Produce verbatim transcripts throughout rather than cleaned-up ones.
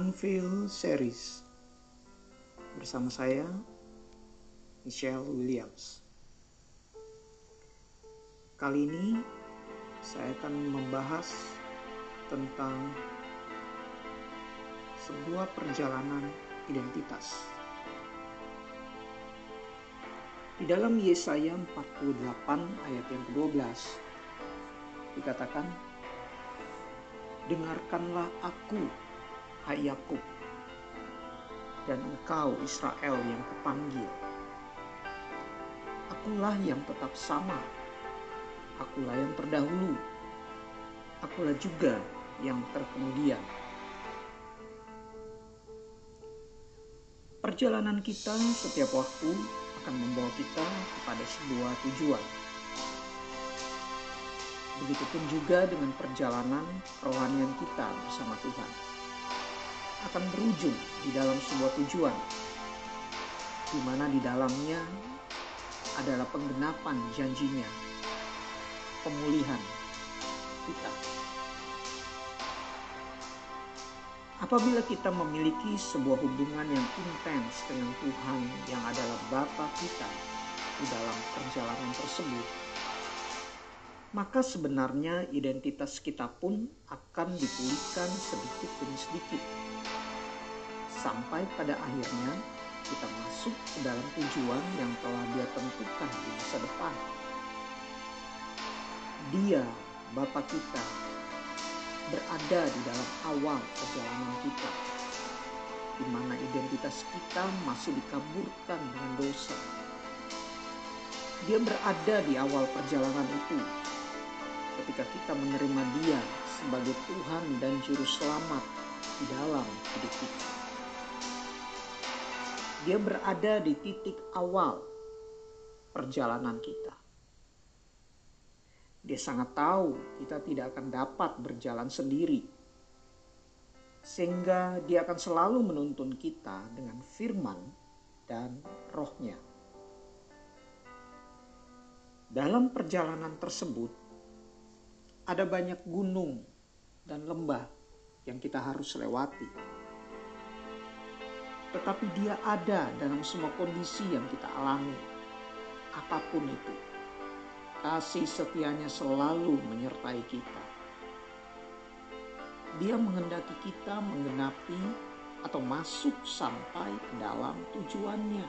Unveil Series bersama saya, Michelle Williams. Kali ini saya akan membahas tentang sebuah perjalanan identitas. Di dalam Yesaya empat puluh delapan ayat yang kedua belas dikatakan, "Dengarkanlah aku, hai Yakub, dan engkau Israel yang kupanggil. Akulah yang tetap sama, akulah yang terdahulu, akulah juga yang terkemudian." Perjalanan kita setiap waktu akan membawa kita kepada sebuah tujuan. Begitupun juga dengan perjalanan kerohanian kita bersama Tuhan. Akan berujung di dalam sebuah tujuan, di mana di dalamnya adalah penggenapan janjinya, pemulihan kita. Apabila kita memiliki sebuah hubungan yang intens dengan Tuhan yang adalah Bapa kita di dalam perjalanan tersebut, maka sebenarnya identitas kita pun akan dipulihkan sedikit demi sedikit. Sampai pada akhirnya kita masuk ke dalam tujuan yang telah Dia tentukan di masa depan. Dia, Bapa kita, berada di dalam awal perjalanan kita, di mana identitas kita masih dikaburkan dengan dosa. Dia berada di awal perjalanan itu ketika kita menerima Dia sebagai Tuhan dan Juru Selamat di dalam hidup kita. Dia berada di titik awal perjalanan kita. Dia sangat tahu kita tidak akan dapat berjalan sendiri. Sehingga Dia akan selalu menuntun kita dengan firman dan roh-Nya. Dalam perjalanan tersebut, ada banyak gunung dan lembah yang kita harus lewati. Tetapi Dia ada dalam semua kondisi yang kita alami, apapun itu. Kasih setianya selalu menyertai kita. Dia menghendaki kita menggenapi atau masuk sampai ke dalam tujuannya.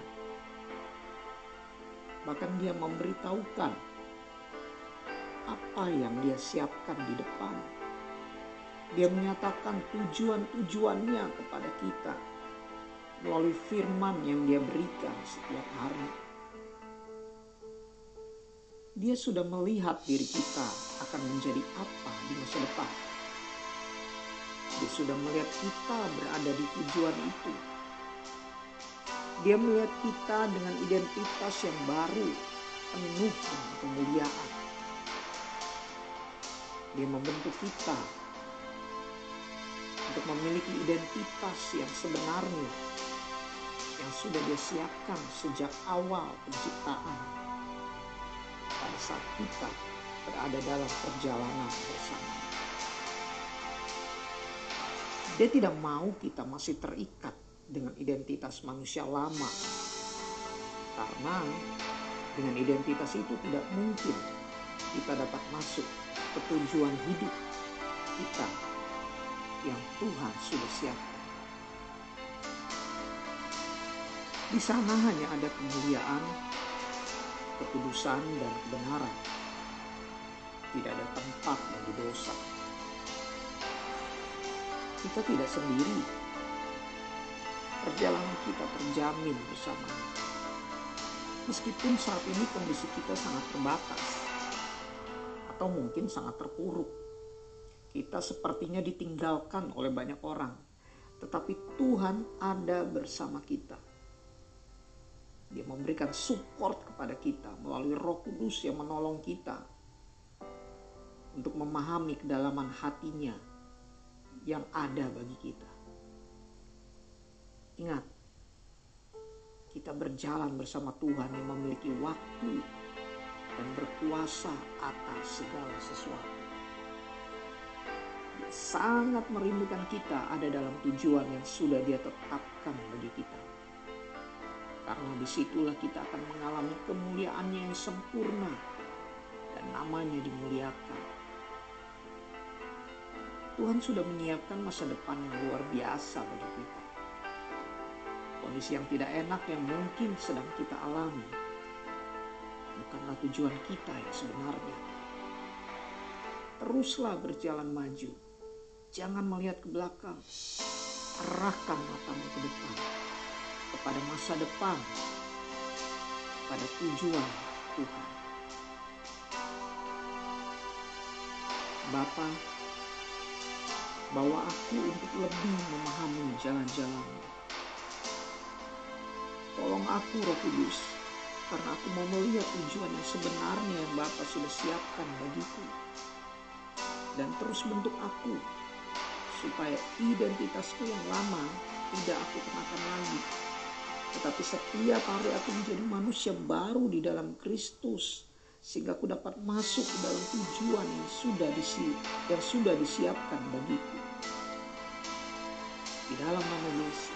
Bahkan Dia memberitahukan apa yang Dia siapkan di depan. Dia menyatakan tujuan-tujuannya kepada kita melalui firman yang Dia berikan setiap hari. Dia sudah melihat diri kita akan menjadi apa di masa depan. Dia sudah melihat kita berada di tujuan itu. Dia melihat kita dengan identitas yang baru, penuh dengan kemuliaan. Dia membentuk kita untuk memiliki identitas yang sebenarnya, yang sudah Dia siapkan sejak awal penciptaan. Pada saat kita berada dalam perjalanan bersama. Dia tidak mau kita masih terikat dengan identitas manusia lama. Karena dengan identitas itu tidak mungkin kita dapat masuk ke tujuan hidup kita yang Tuhan sudah siapkan. Di sana hanya ada kemuliaan, kekudusan dan kebenaran. Tidak ada tempat bagi dosa. Kita tidak sendiri. Perjalanan kita terjamin bersamanya. Meskipun saat ini kondisi kita sangat terbatas atau mungkin sangat terpuruk. Kita sepertinya ditinggalkan oleh banyak orang, tetapi Tuhan ada bersama kita. Dia memberikan support kepada kita melalui Roh Kudus yang menolong kita untuk memahami kedalaman hatinya yang ada bagi kita. Ingat, kita berjalan bersama Tuhan yang memiliki waktu dan berkuasa atas segala sesuatu. Dia sangat merindukan kita ada dalam tujuan yang sudah Dia tetapkan bagi kita. Karena disitulah kita akan mengalami kemuliaannya yang sempurna dan namanya dimuliakan. Tuhan sudah menyiapkan masa depan yang luar biasa bagi kita. Kondisi yang tidak enak yang mungkin sedang kita alami bukanlah tujuan kita yang sebenarnya. Teruslah berjalan maju. Jangan melihat ke belakang. Arahkan matamu ke depan. Kepada masa depan. Pada tujuan Tuhan. Bapa, bawa aku untuk lebih memahami jalan-jalan-Mu. Tolong aku, Roh Kudus, karena aku mau melihat tujuan yang sebenarnya yang Bapa sudah siapkan bagiku. Dan terus bentuk aku, supaya identitasku yang lama tidak aku kenakan lagi. Tetapi setiap hari aku menjadi manusia baru di dalam Kristus, sehingga aku dapat masuk ke dalam tujuan yang sudah disi, yang sudah disiapkan bagiku. Di dalam nama Yesus.